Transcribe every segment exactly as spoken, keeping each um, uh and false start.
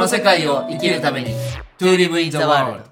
世界を生きるために To live in the world。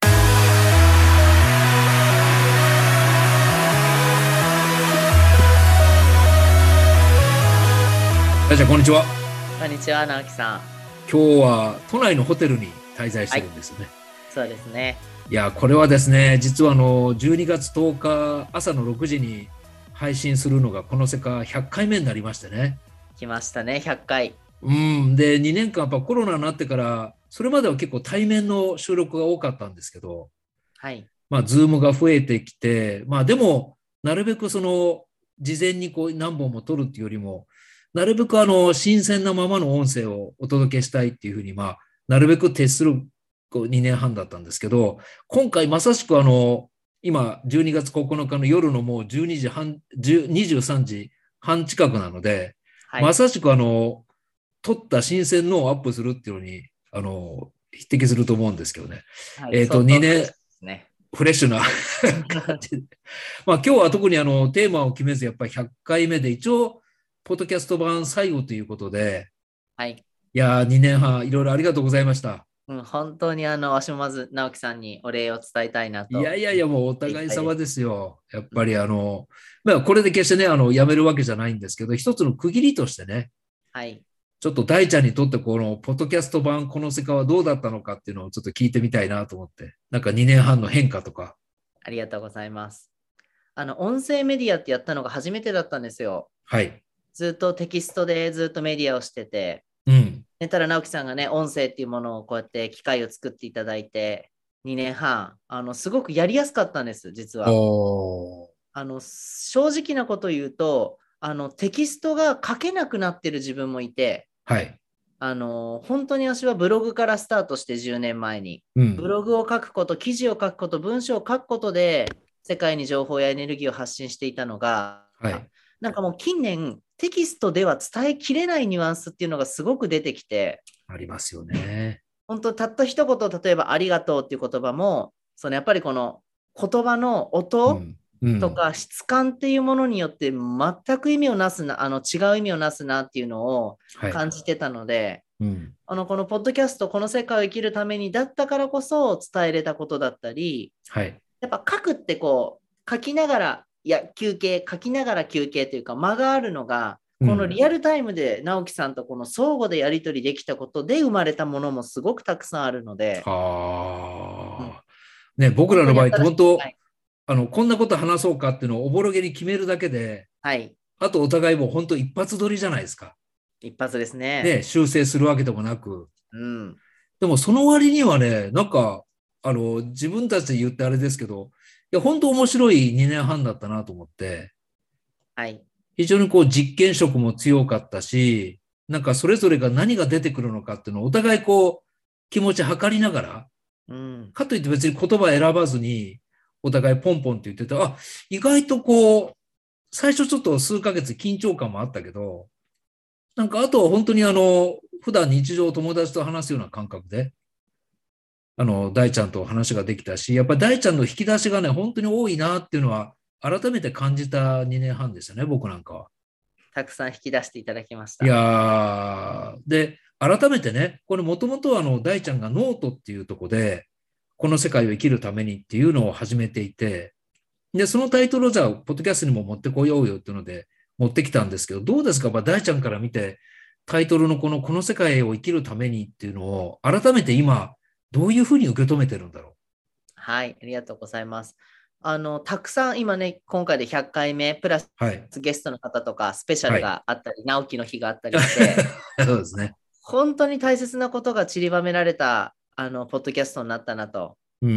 大ちゃんこんにちは。 こんにちは、直樹さん。 今日は都内のホテルに滞在してるんですよね、はい、 そうですね。 いやこれはですね、実はあのじゅうにがつとおか朝のろくじに配信するのがこの世界ひゃっかいめになりましてね。 来ましたね、ひゃっかい。 うんでにねんかんやっぱコロナになってからそれまでは結構対面の収録が多かったんですけど、 はい、 まあズームが増えてきて、まあでもなるべくその事前にこう何本も撮るっていうよりもなるべくあの新鮮なままの音声をお届けしたいっていうふうに、まあなるべく徹するこうにねんはんだったんですけど、今回まさしくあの今じゅうにがつここのかの夜のもうじゅうにじはんにじゅうさんじはん近くなので、はい、まさしくあの撮った新鮮のをアップするっていうのにあの匹敵すると思うんですけどね、はい、えっとにねんねフレッシュな感じで、まあ今日は特にあのテーマを決めずやっぱりひゃっかいめで一応ポッドキャスト版最後ということで、 はい、 いやにねんはんいろいろありがとうございました。 うん、本当にあのわしもまず直樹さんにお礼を伝えたいなと。 いやいやいやもうお互い様ですよ。やっぱりあの、うん、まあこれで決してねあのやめるわけじゃないんですけど、一つの区切りとしてね、 はい、 ちょっと大ちゃんにとってこのポッドキャスト版この世界はどうだったのかっていうのをちょっと聞いてみたいなと思って、なんかにねんはんの変化とか。 ありがとうございます。あの音声メディアってやったのが初めてだったんですよ。 はい。 ずっとテキストでずっとメディアをしてて、 うん。 ただ直樹さんがね音声っていうものをこうやって機械を作っていただいてにねんはん、あのすごくやりやすかったんです実は。あの正直なことを言うとあのテキストが書けなくなってる自分もいて、 はい、 あの本当に私はブログからスタートしてじゅうねんまえに、うん、ブログを書くこと記事を書くこと文章を書くことで世界に情報やエネルギーを発信していたのが、はい、なんかもう近年テキストでは伝えきれないニュアンスっていうのがすごく出てきてありますよね。 本当たった一言、例えばありがとうっていう言葉もそのやっぱりこの言葉の音とか質感っていうものによって全く意味をなすなあの違う意味をなすなっていうのを感じてたので、はいうん、あのこのポッドキャストこの世界を生きるためにだったからこそ伝えれたことだったり、はい、やっぱ書くってこう書きながらいや休憩書きながら休憩というか間があるのがこのリアルタイムで直樹さんとこの相互でやり取りできたことで生まれたものもすごくたくさんあるので、 はうんね、僕らの場合本当、はい、あのこんなこと話そうかっていうのをおぼろげに決めるだけで、はい、あとお互いも本当一発撮りじゃないですか。 一発ですね。 ね、修正するわけでもなく、 うん、 でもその割にはねなんかあの自分たちで言ってあれですけどいや本当面白いにねんはんだったなと思って、 はい、 非常にこう実験色も強かったし、なんかそれぞれが何が出てくるのかっていうのをお互いこう気持ち測りながら、うん、かといって別に言葉選ばずにお互いポンポンって言ってて、あ、意外とこう最初ちょっと数ヶ月緊張感もあったけど、なんかあとは本当にあの普段日常友達と話すような感覚であの大ちゃんと話ができたし、やっぱり大ちゃんの引き出しがね本当に多いなっていうのは改めて感じたにねんはんでしたね、僕なんかは。 たくさん引き出していただきました。 いやで改めてね、これもともとは大ちゃんがノートっていうところでこの世界を生きるためにっていうのを始めていて、でそのタイトルをじゃあポッドキャストにも持ってこようよっていうので持ってきたんですけど、どうですか、大ちゃんから見てタイトルのこのこの世界を生きるためにっていうのを改めて今どういうふうに受け止めてるんだろう。 はい、ありがとうございます。あのたくさん今ね今回でひゃっかいめプラス、はい、ゲストの方とかスペシャルがあったり、はい、直樹の日があったりしてそうですね、 本当に大切なことが散りばめられたあのポッドキャストになったなと、うん、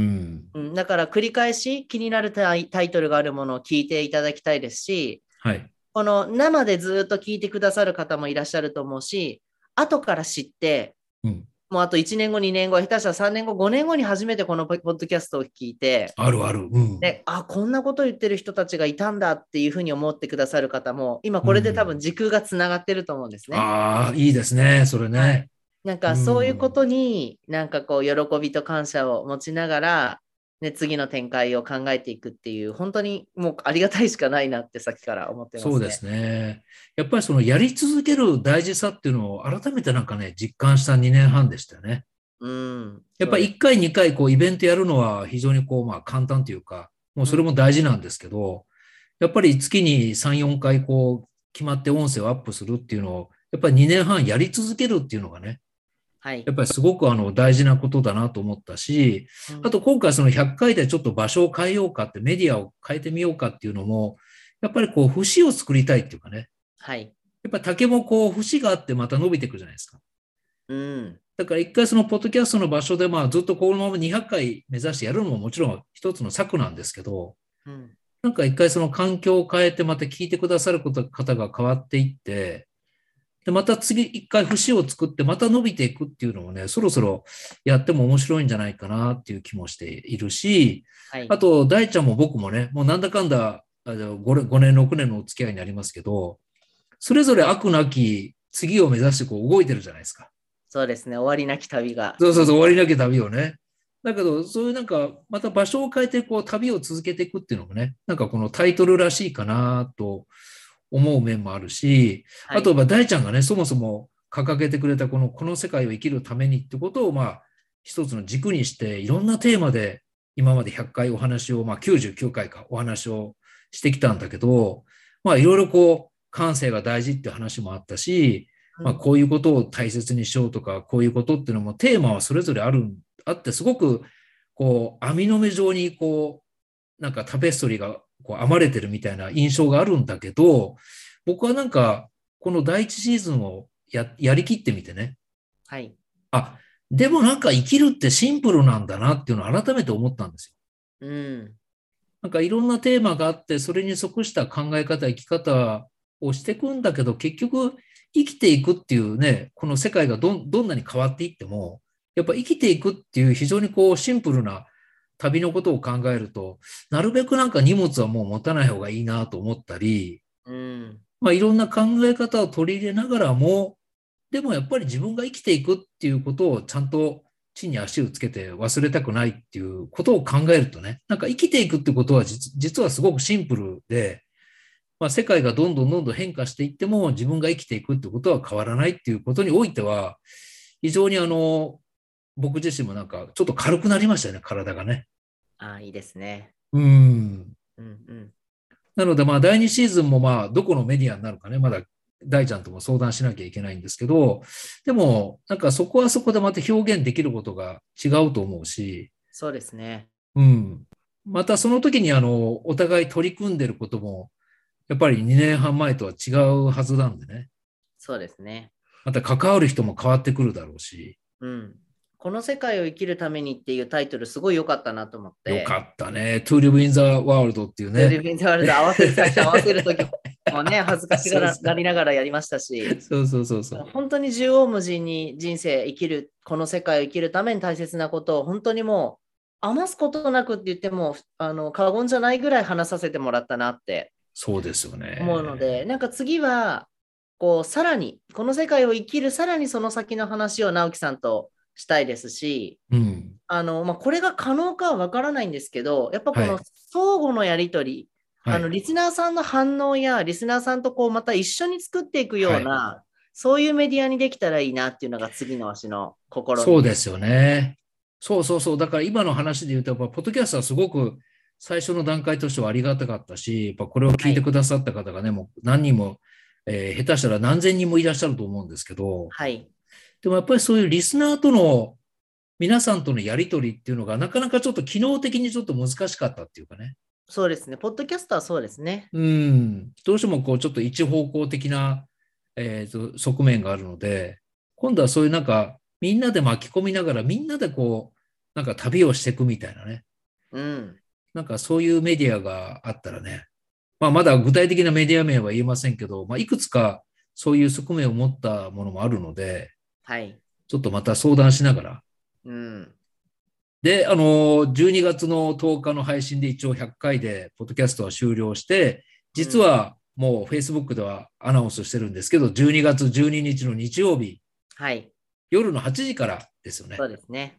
だから繰り返し気になるタイ、タイトルがあるものを聞いていただきたいですし、はい、この生でずっと聞いてくださる方もいらっしゃると思うし、後から知って、うんもうあといちねんご、にねんご、下手したらさんねんご、ごねんごに初めてこのポッドキャストを聞いて、 あるある、うん、 で、あ、こんなこと言ってる人たちがいたんだっていうふうに思ってくださる方も、今これで多分時空がつながってると思うんですね。 うん、ああ、いいですね、それね。はい、 なんかそういうことに、なんかこう、喜びと感謝を持ちながら、 ね、次の展開を考えていくっていう、本当にもうありがたいしかないなってさっきから思ってますね。 そうですね。やっぱりそのやり続ける大事さっていうのを改めてなんかね、実感したにねんはんでしたよね。 うん。 やっぱりいっかい、にかいこうイベントやるのは非常にこうまあ簡単というか、もうそれも大事なんですけど、うん、やっぱり月にさん、よんかいこう決まって音声をアップするっていうのを、やっぱりにねんはんやり続けるっていうのがね、 はい、 やっぱりすごくあの大事なことだなと思ったし、あと今回そのひゃっかいでちょっと場所を変えようかって、メディアを変えてみようかっていうのも、やっぱりこう節を作りたいっていうかね。 はい。 やっぱり竹もこう節があってまた伸びていくじゃないですか。 うん。 だから一回そのポッドキャストの場所でまあずっとこのままにひゃっかい目指してやるのももちろん一つの策なんですけど、うん、なんか一回その環境を変えてまた聞いてくださる方が変わっていって、で、また次一回節を作ってまた伸びていくっていうのをね、そろそろやっても面白いんじゃないかなっていう気もしているし、はい、あと大ちゃんも僕もね、もうなんだかんだごねん、ろくねんのお付き合いになりますけど、それぞれ悪なき次を目指してこう動いてるじゃないですか。 そうですね、終わりなき旅が。 そうそうそう、終わりなき旅をね。だけど、そういうなんか、また場所を変えてこう旅を続けていくっていうのもね、なんかこのタイトルらしいかなと思う面もあるし、はい、あとは大ちゃんがね、そもそも掲げてくれたこの、この世界を生きるためにってことを、まあ、一つの軸にして、いろんなテーマで今までひゃっかいお話を、まあきゅうじゅうきゅうかいかお話をしてきたんだけど、まあいろいろこう、感性が大事っていう話もあったし、まあこういうことを大切にしようとか、こういうことっていうのもテーマはそれぞれある、あって、すごくこう、網の目状にこう、なんかタペストリーがこう編まれてるみたいな印象があるんだけど、僕はなんか、この第一シーズンを や, やりきってみてね。 はい。 あ、でもなんか生きるってシンプルなんだなっていうのを改めて思ったんですよ。うん。 なんかいろんなテーマがあって、それに即した考え方、生き方をしていくんだけど、結局生きていくっていうね、この世界が ど, どんなに変わっていっても、やっぱ生きていくっていう非常にこうシンプルな旅のことを考えると、なるべくなんか荷物はもう持たない方がいいなと思ったり、 うん、 まあいろんな考え方を取り入れながらも、でもやっぱり自分が生きていくっていうことをちゃんと地に足をつけて忘れたくないっていうことを考えるとね、なんか生きていくってことは 実, 実はすごくシンプルで、まあ、世界がどんどんどんどん変化していっても自分が生きていくってことは変わらないっていうことにおいては、非常にあの、僕自身もなんかちょっと軽くなりましたよね、体がね。 ああ、いいですね。 うん。 うんうん。 なのでまあだいにシーズンもまあどこのメディアになるかね、まだ大ちゃんとも相談しなきゃいけないんですけど、でもなんかそこはそこでまた表現できることが違うと思うし。 そうですね。 うん。またその時にあの、お互い取り組んでることも、やっぱりにねんはん前とは違うはずなんでね。 そうですね。 また関わる人も変わってくるだろうし。 うん。この世界を生きるためにっていうタイトルすごい良かったなと思って。 よかったね。To live in the world っていうね。 To live in the world 合わせる、最初合わせるときもね、恥ずかしがりながらやりましたし。 そうそうそうそう。 本当に縦横無尽に人生生きる、この世界を生きるために大切なことを本当にもう余すことなくって言ってもあの過言じゃないぐらい話させてもらったなってそうですよね。 思うので、なんか次はこうさらにこの世界を生きるさらにその先の話を直樹さんとしたいですし、 うんあのまあ、これが可能かはわからないんですけど、やっぱこの相互のやり取り、はい、あのリスナーさんの反応やリスナーさんとこうまた一緒に作っていくような、はい、そういうメディアにできたらいいなっていうのが次の足の心に。 そうですよね。そうそうそう。だから今の話で言うと、やっぱポッドキャストはすごく最初の段階としてはありがたかったし、やっぱこれを聞いてくださった方がね、はい、もう何人も、えー、下手したら何千人もいらっしゃると思うんですけど、 はい、 でもやっぱりそういうリスナーとの皆さんとのやり取りっていうのがなかなかちょっと機能的にちょっと難しかったっていうかね。 そうですね。ポッドキャストはそうですね。 うん。どうしてもこうちょっと一方向的な、えーと、側面があるので、今度はそういうなんかみんなで巻き込みながらみんなでこうなんか旅をしていくみたいなね。 うん。 なんかそういうメディアがあったらね。まあまだ具体的なメディア名は言えませんけど、まあいくつかそういう側面を持ったものもあるので、 はい。 ちょっとまた相談しながら。 うん。 で、あの、じゅうにがつのとおかの配信で一応ひゃっかいで、ポッドキャストは終了して、実はもう Facebook ではアナウンスしてるんですけど、じゅうにがつじゅうににちの日曜日、 はい。 夜のはちじからですよね。 そうですね。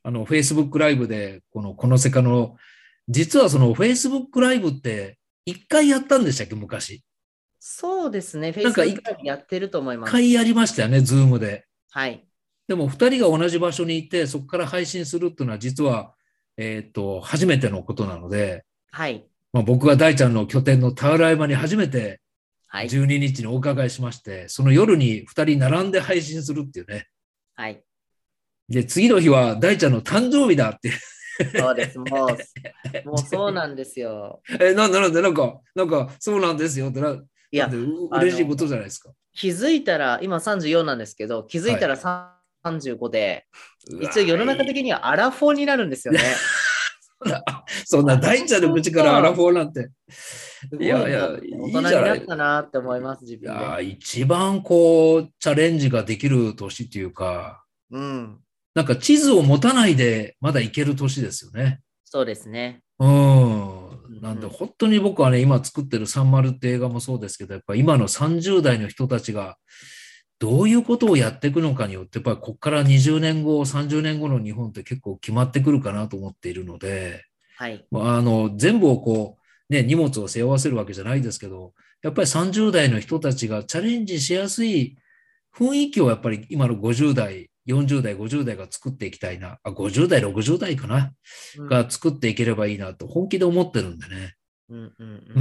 あの、Facebook ライブで、この、このせかの、実はその Facebook ライブって一回やったんでしたっけ、昔。 そうですね。 なんか Facebook ライブやってると思います。 一回やりましたよね、ズームで。 はい。 でも二人が同じ場所にいて、そこから配信するっていうのは実は、えっと、初めてのことなので、 はい。 まあ、僕が大ちゃんの拠点の田浦山に初めてはい。 じゅうににちにお伺いしまして、その夜に二人並んで配信するっていうね。 はい。 で、次の日は大ちゃんの誕生日だって。 そうです。もう、もうそうなんですよ。 え、なんでなんで、なんか、なんか、そうなんですよってな、 いや、 なんでう嬉しいことじゃないですか。 気づいたら、今さんじゅうよんなんですけど、気づいたらさんじゅうごで、 うわ一応世の中的にはアラフォーになるんですよね。 そんな、そんな大ちゃんの口からアラフォーなんて。 すごいいやいや、 な、 い大人にいじゃない。 なったなって思います、自い分で。 や、一番こう、チャレンジができる年っていうか、 うん。 なんか地図を持たないでまだ行ける年ですよね。 そうですね。 うん。 うんなんで本当に僕はね、今作ってるサンマルって映画もそうですけど、やっぱ今のさんじゅう代の人たちがどういうことをやっていくのかによって、やっぱりここからにじゅうねんご、さんじゅうねんごの日本って結構決まってくるかなと思っているので、 はい。 まあ、あの、全部をこう、ね、荷物を背負わせるわけじゃないですけど、やっぱりさんじゅう代の人たちがチャレンジしやすい雰囲気をやっぱり今のごじゅう代、よんじゅう代、ごじゅう代が作っていきたいな。あ、ごじゅう代、ろくじゅう代かな、 うん、 が作っていければいいなと本気で思ってるんでね。 うんうんうんうん。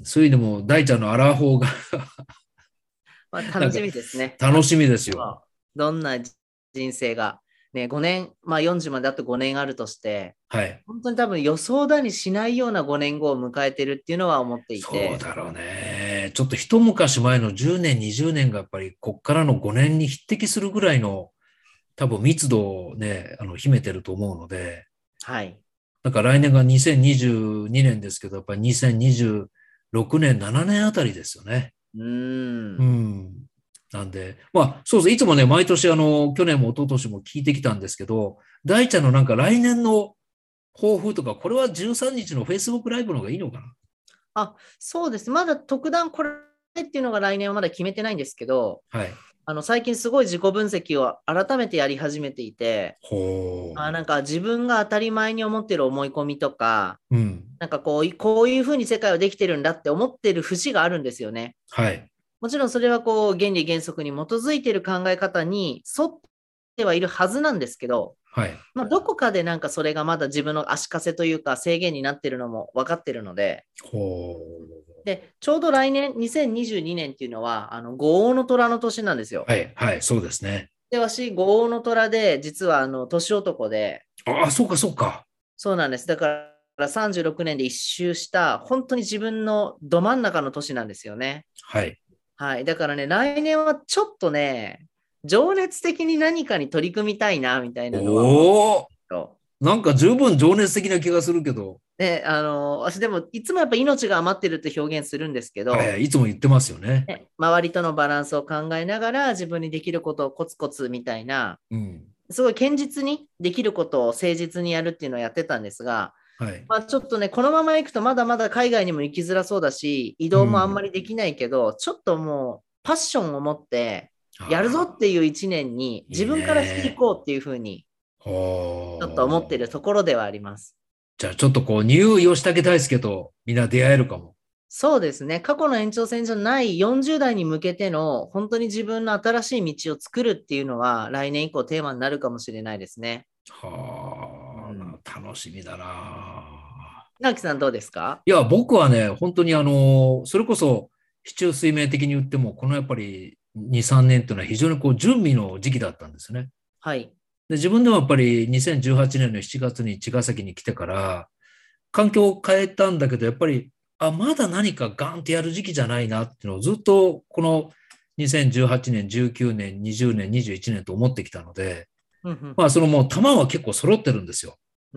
そういう意味でも大ちゃんのアラフォーがまあ、楽しみですね。 楽しみですよ。 どんな人生が、ね、ごねん、まあよんじゅうまであとごねんあるとして、 はい。 本当に多分予想だにしないようなごねんごを迎えてるっていうのは思っていそうて。 だろうね。ちょっと一昔前のじゅうねん、にじゅうねんがやっぱりこっからのごねんに匹敵するぐらいの多分密度をね、あの秘めてると思うので、 はい。 だから来年がにせんにじゅうにねんですけど、やっぱりにせんにじゅうろくねん、ななねんあたりですよね。 うーん。 うん。なんで、まあ、そうです。いつもね、毎年あの、去年も一昨年も聞いてきたんですけど、大ちゃんのなんか来年の抱負とか、これはじゅうさんにちの Facebook ライブの方がいいのかな。 あ、そうです。まだ特段これっていうのが来年はまだ決めてないんですけど、 はい。 あの最近すごい自己分析を改めてやり始めていて、 ほあなんか自分が当たり前に思ってる思い込みとか、 う。うん。 なんかこうこういうふうに世界はできてるんだって思ってる節があるんですよね。 はい。 もちろんそれはこう原理原則に基づいている考え方に沿ってはいるはずなんですけど、 はい。 まあ、どこかでなんかそれがまだ自分の足かせというか制限になってるのも分かってるので、 ほう。 で、ちょうど来年、にせんにじゅうにねんっていうのは、あの、五黄の虎の年なんですよ。 はい。はい。そうですね。 で、私、五黄の虎で、実は、あの、年男で、 ああ、そうか、そうか。 そうなんです。だからさんじゅうろくねんで一周した、本当に自分のど真ん中の年なんですよね。 はい。 はい。だからね、来年はちょっとね、情熱的に何かに取り組みたいな、みたいなのは思おお。 う。 なんか十分情熱的な気がするけど。 ね、あの、私でも、いつもやっぱ命が余ってるって表現するんですけど、 はい。いつも言ってますよね。 ね、周りとのバランスを考えながら自分にできることをコツコツみたいな、 うん。 すごい堅実にできることを誠実にやるっていうのをやってたんですが、 はい。 まあ、ちょっとね、このまま行くとまだまだ海外にも行きづらそうだし、移動もあんまりできないけど、うん、ちょっともうパッションを持ってやるぞっていう一年に自分からしていこうっていうふうに、ちょっと思ってるところではあります。 じゃあちょっとこう、ニュー吉武大輔とみんな出会えるかも。 そうですね。過去の延長線じゃないよんじゅう代に向けての本当に自分の新しい道を作るっていうのは来年以降テーマになるかもしれないですね。 はあ、うん、楽しみだな。 直樹さんどうですか？ いや、僕はね、本当にあの、それこそ、市中水明的に言っても、このやっぱりに、さんねんというのは非常にこう準備の時期だったんですね。 はい。 で自分でもやっぱりにせんじゅうはちねんのしちがつに茅ヶ崎に来てから、環境を変えたんだけど、やっぱり、あ、まだ何かガンってやる時期じゃないなっていうのをずっとこのにせんじゅうはちねん、じゅうきゅうねん、にじゅうねん、にじゅういちねんと思ってきたので、 うんうん、 まあそのもう球は結構揃ってるんですよ。 うん、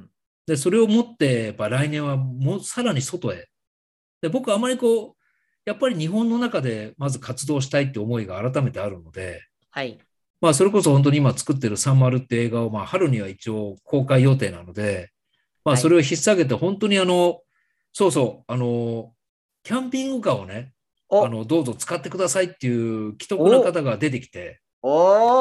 で、それを持って、やっぱ来年はもうさらに外へ。で、僕はあまりこう、やっぱり日本の中でまず活動したいって思いが改めてあるので、 はい。 まあそれこそ本当に今作ってるサンマルって映画を、まあ春には一応公開予定なので、まあそれを引っ提げて本当にあの、そうそう、あの、キャンピングカーをね、あの、どうぞ使ってくださいっていう既得な方が出てきて、 お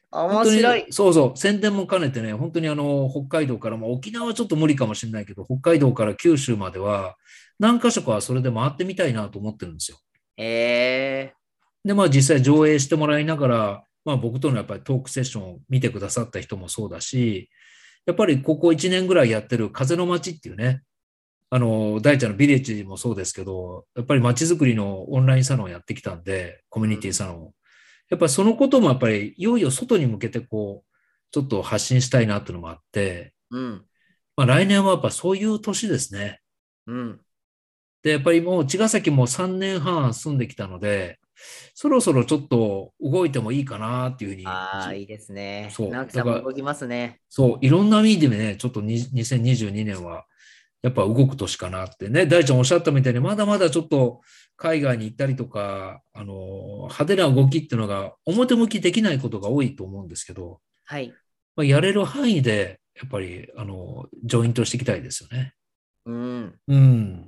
面白い。 そうそう、宣伝も兼ねてね、本当にあの、北海道から、まあ、沖縄はちょっと無理かもしれないけど、北海道から九州までは、何箇所かはそれで回ってみたいなと思ってるんですよ。 えで、まあ実際上映してもらいながら、まあ僕とのやっぱりトークセッションを見てくださった人もそうだし、やっぱりここいちねんぐらいやってる風の街っていうね、あの、大ちゃんのビレッジもそうですけど、やっぱり街づくりのオンラインサロンやってきたんで、コミュニティサロンを。やっぱりそのこともやっぱりいよいよ外に向けてこう、ちょっと発信したいなっていうのもあって、 うん。 まあ来年はやっぱそういう年ですね。 うん。 で、やっぱりもう茅ヶ崎もさんねんはん住んできたので、そろそろちょっと動いてもいいかなっていうふうに。 ああ、いいですね。 そう。 直樹さんも動きますね。 そう、いろんな意味でね、ちょっとにせんにじゅうにねんは、やっぱ動く年かなってね、大ちゃんおっしゃったみたいに、まだまだちょっと海外に行ったりとか、あの、派手な動きっていうのが表向きできないことが多いと思うんですけど、 はい。 まあ、やれる範囲で、やっぱり、あの、ジョイントしていきたいですよね。 うん。 うん。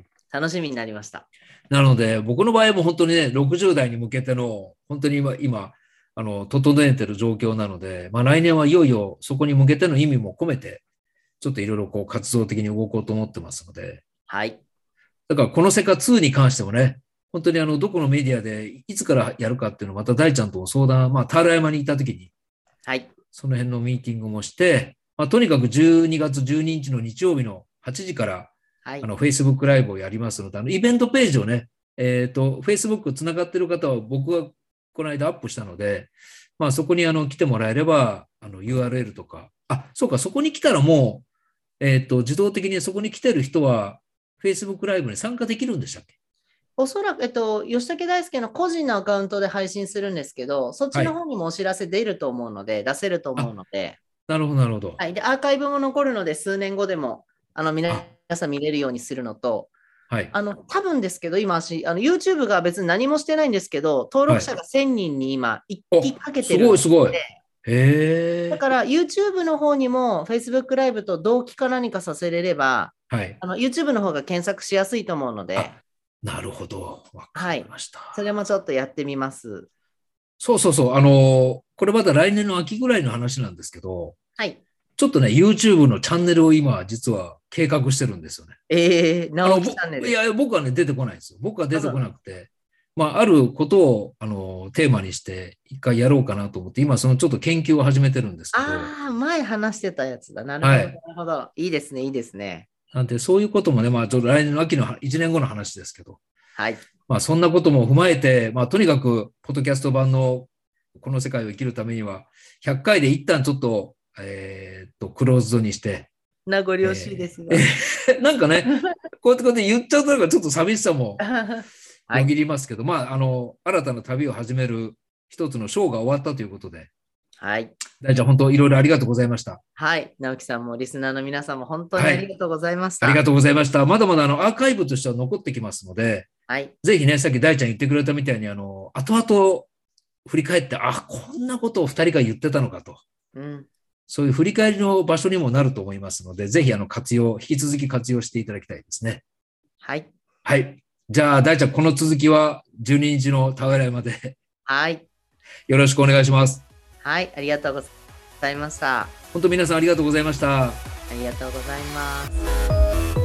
楽しみになりました。 なので、僕の場合も本当にね、ろくじゅう代に向けての、本当に今、今、あの、整えてる状況なので、まあ来年はいよいよそこに向けての意味も込めて、ちょっといろいろこう活動的に動こうと思ってますので。 はい。 だからこのセカツーに関してもね、本当にあの、どこのメディアでいつからやるかっていうのをまた大ちゃんとも相談、まあ、田原山にいた時に、 はい。 その辺のミーティングもして、まあ、とにかくじゅうにがつじゅうににちの日曜日のはちじから、はい、あの、Facebook ライブをやりますので、あの、イベントページをね、えっと、Facebook つながってる方は僕はこの間アップしたので、まあ、そこにあの、来てもらえれば、あの、ユーアールエル とか、あ、そうか、そこに来たらもう、えっと、自動的にそこに来てる人は、Facebook ライブに参加できるんでしたっけ？ おそらく、えっと、吉武大輔の個人のアカウントで配信するんですけど、そっちの方にもお知らせ出ると思うので、はい、出せると思うので。 なるほど、なるほど。 はい。で、アーカイブも残るので、数年後でも、あの、皆さん見れるようにするのと、はい。あの、多分ですけど、今、あの、YouTube が別に何もしてないんですけど、登録者がせんにんに今、行きかけてるので、 すごい、すごい。へだから、YouTube の方にも、Facebook ライブと同期か何かさせれれば、はい。あの、YouTube の方が検索しやすいと思うので、 なるほど。わかりました、 はい。それもちょっとやってみます。 そうそうそう。あの、これまだ来年の秋ぐらいの話なんですけど、 はい。 ちょっとね、YouTube のチャンネルを今、実は計画してるんですよね。 ええー、直樹チャンネル。 いや、僕はね、出てこないんですよ。僕は出てこなくて、まあ、あることを、あの、テーマにして、一回やろうかなと思って、今、そのちょっと研究を始めてるんですけど。 ああ、前話してたやつだ。なるほど、はい、なるほど。いいですね、いいですね。 なんで、そういうこともね、まあ、ちょっと来年の秋のいちねんごの話ですけど。 はい。 まあ、そんなことも踏まえて、まあ、とにかく、ポッドキャスト版のこの世界を生きるためには、ひゃっかいで一旦ちょっと、えー、っと、クローズドにして。 名残惜しいですが。 えー、なんかね、こうやってこうやって言っちゃうと、なんかちょっと寂しさもよぎりますけど、はい、まあ、あの、新たな旅を始める一つのショーが終わったということで。 はい。 大ちゃん、本当いろいろありがとうございました。 はい。直樹さんもリスナーの皆さんも本当にありがとうございました。 はい、ありがとうございました。まだまだあのアーカイブとしては残ってきますので、はい、ぜひね、さっき大ちゃん言ってくれたみたいに、あの、後々振り返って、あ、こんなことを二人が言ってたのかと。うん、そういう振り返りの場所にもなると思いますので、ぜひあの活用、引き続き活用していただきたいですね。 はい。 はい。じゃあ、大ちゃん、この続きはじゅうににちの田原まで。 はい。 よろしくお願いします。 はい。ありがとうございました。 本当皆さんありがとうございました。 ありがとうございます。